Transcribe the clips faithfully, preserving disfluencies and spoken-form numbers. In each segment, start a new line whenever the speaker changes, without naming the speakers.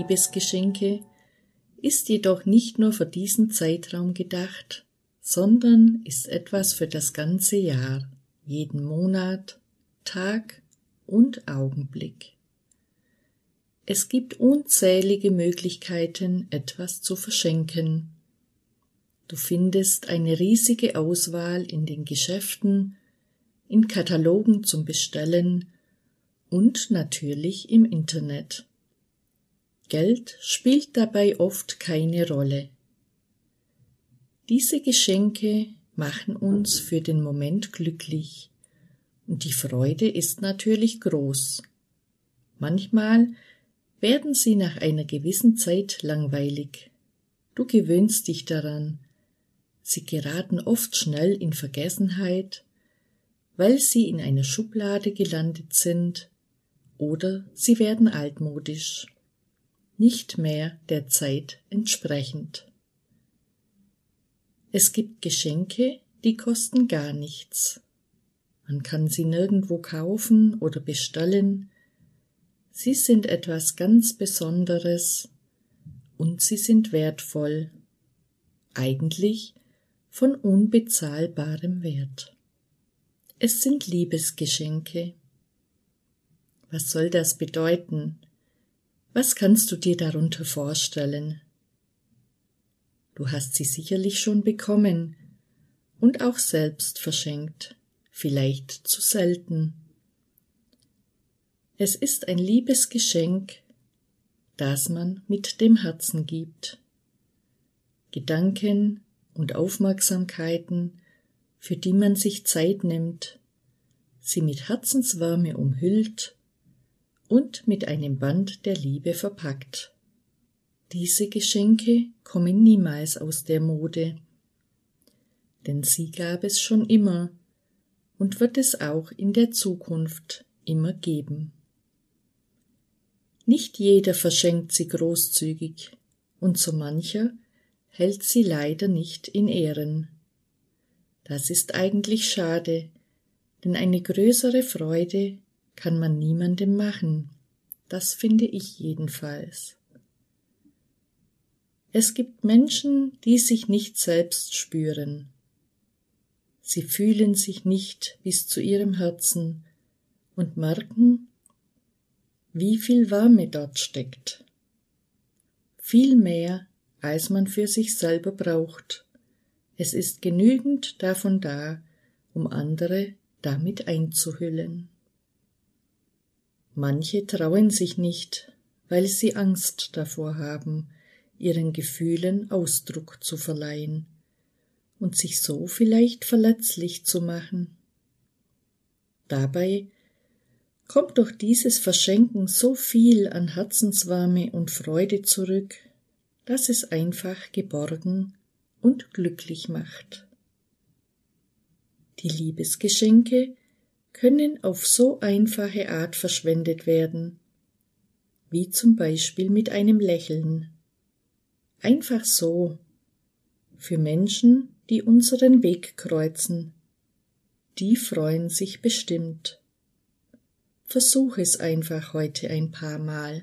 Liebesgeschenke ist jedoch nicht nur für diesen Zeitraum gedacht, sondern ist etwas für das ganze Jahr, jeden Monat, Tag und Augenblick. Es gibt unzählige Möglichkeiten, etwas zu verschenken. Du findest eine riesige Auswahl in den Geschäften, in Katalogen zum Bestellen und natürlich im Internet. Geld spielt dabei oft keine Rolle. Diese Geschenke machen uns für den Moment glücklich und die Freude ist natürlich groß. Manchmal werden sie nach einer gewissen Zeit langweilig. Du gewöhnst dich daran. Sie geraten oft schnell in Vergessenheit, weil sie in einer Schublade gelandet sind, oder sie werden altmodisch, nicht mehr der Zeit entsprechend. Es gibt Geschenke, die kosten gar nichts. Man kann sie nirgendwo kaufen oder bestellen. Sie sind etwas ganz Besonderes und sie sind wertvoll, eigentlich von unbezahlbarem Wert. Es sind Liebesgeschenke. Was soll das bedeuten? Was kannst du dir darunter vorstellen? Du hast sie sicherlich schon bekommen und auch selbst verschenkt, vielleicht zu selten. Es ist ein Liebesgeschenk, das man mit dem Herzen gibt. Gedanken und Aufmerksamkeiten, für die man sich Zeit nimmt, sie mit Herzenswärme umhüllt und mit einem Band der Liebe verpackt. Diese Geschenke kommen niemals aus der Mode, denn sie gab es schon immer und wird es auch in der Zukunft immer geben. Nicht jeder verschenkt sie großzügig und so mancher hält sie leider nicht in Ehren. Das ist eigentlich schade, denn eine größere Freude kann man niemandem machen, das finde ich jedenfalls. Es gibt Menschen, die sich nicht selbst spüren. Sie fühlen sich nicht bis zu ihrem Herzen und merken, wie viel Wärme dort steckt. Viel mehr, als man für sich selber braucht. Es ist genügend davon da, um andere damit einzuhüllen. Manche trauen sich nicht, weil sie Angst davor haben, ihren Gefühlen Ausdruck zu verleihen und sich so vielleicht verletzlich zu machen. Dabei kommt durch dieses Verschenken so viel an Herzenswärme und Freude zurück, dass es einfach geborgen und glücklich macht. Die Liebesgeschenke können auf so einfache Art verschwendet werden, wie zum Beispiel mit einem Lächeln. Einfach so, für Menschen, die unseren Weg kreuzen. Die freuen sich bestimmt. Versuch es einfach heute ein paar Mal.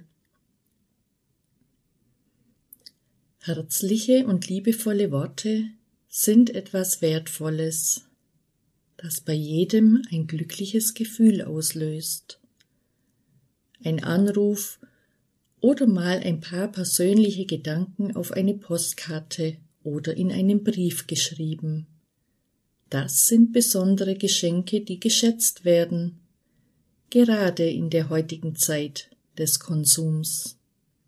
Herzliche und liebevolle Worte sind etwas Wertvolles, das bei jedem ein glückliches Gefühl auslöst. Ein Anruf oder mal ein paar persönliche Gedanken auf eine Postkarte oder in einem Brief geschrieben. Das sind besondere Geschenke, die geschätzt werden, gerade in der heutigen Zeit des Konsums.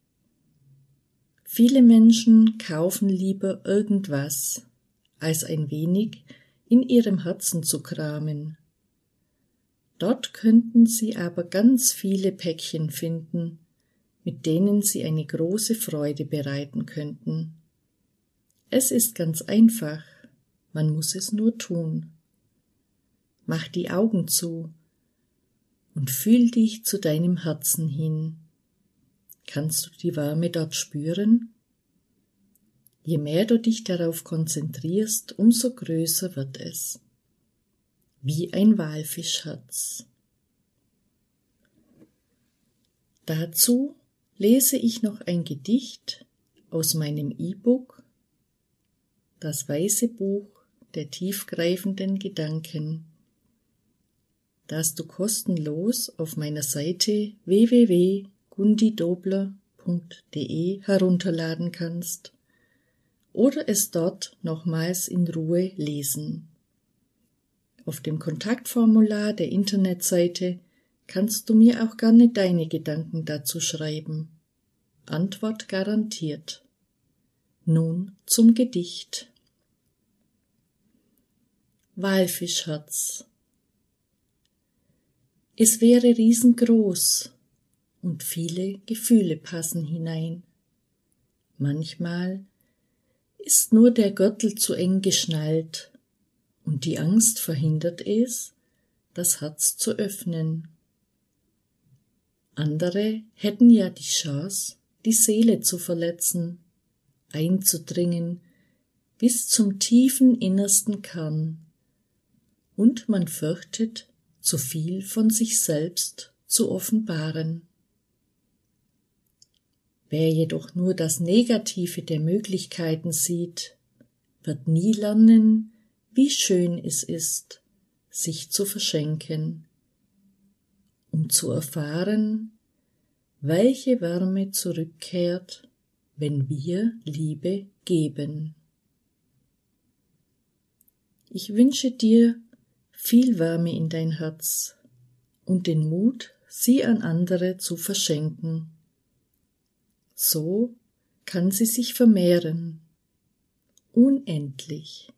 Viele Menschen kaufen lieber irgendwas, als ein wenig in ihrem Herzen zu kramen. Dort könnten sie aber ganz viele Päckchen finden, mit denen sie eine große Freude bereiten könnten. Es ist ganz einfach, man muss es nur tun. Mach die Augen zu und fühl dich zu deinem Herzen hin. Kannst du die Wärme dort spüren? Je mehr du dich darauf konzentrierst, umso größer wird es. Wie ein Walfischherz. Dazu lese ich noch ein Gedicht aus meinem E-Book Das weiße Buch der tiefgreifenden Gedanken, das du kostenlos auf meiner Seite w w w punkt gundidobler punkt d e herunterladen kannst oder es dort nochmals in Ruhe lesen. Auf dem Kontaktformular der Internetseite kannst du mir auch gerne deine Gedanken dazu schreiben. Antwort garantiert. Nun zum Gedicht. Walfischherz. Es wäre riesengroß und viele Gefühle passen hinein. Manchmal ist nur der Gürtel zu eng geschnallt und die Angst verhindert es, das Herz zu öffnen. Andere hätten ja die Chance, die Seele zu verletzen, einzudringen bis zum tiefen innersten Kern, und man fürchtet, zu viel von sich selbst zu offenbaren. Wer jedoch nur das Negative der Möglichkeiten sieht, wird nie lernen, wie schön es ist, sich zu verschenken, um zu erfahren, welche Wärme zurückkehrt, wenn wir Liebe geben. Ich wünsche dir viel Wärme in dein Herz und den Mut, sie an andere zu verschenken. So kann sie sich vermehren, unendlich.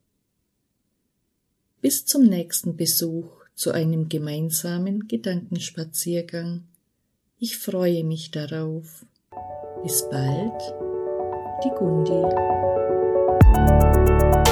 Bis zum nächsten Besuch zu einem gemeinsamen Gedankenspaziergang. Ich freue mich darauf. Bis bald, die Gundi.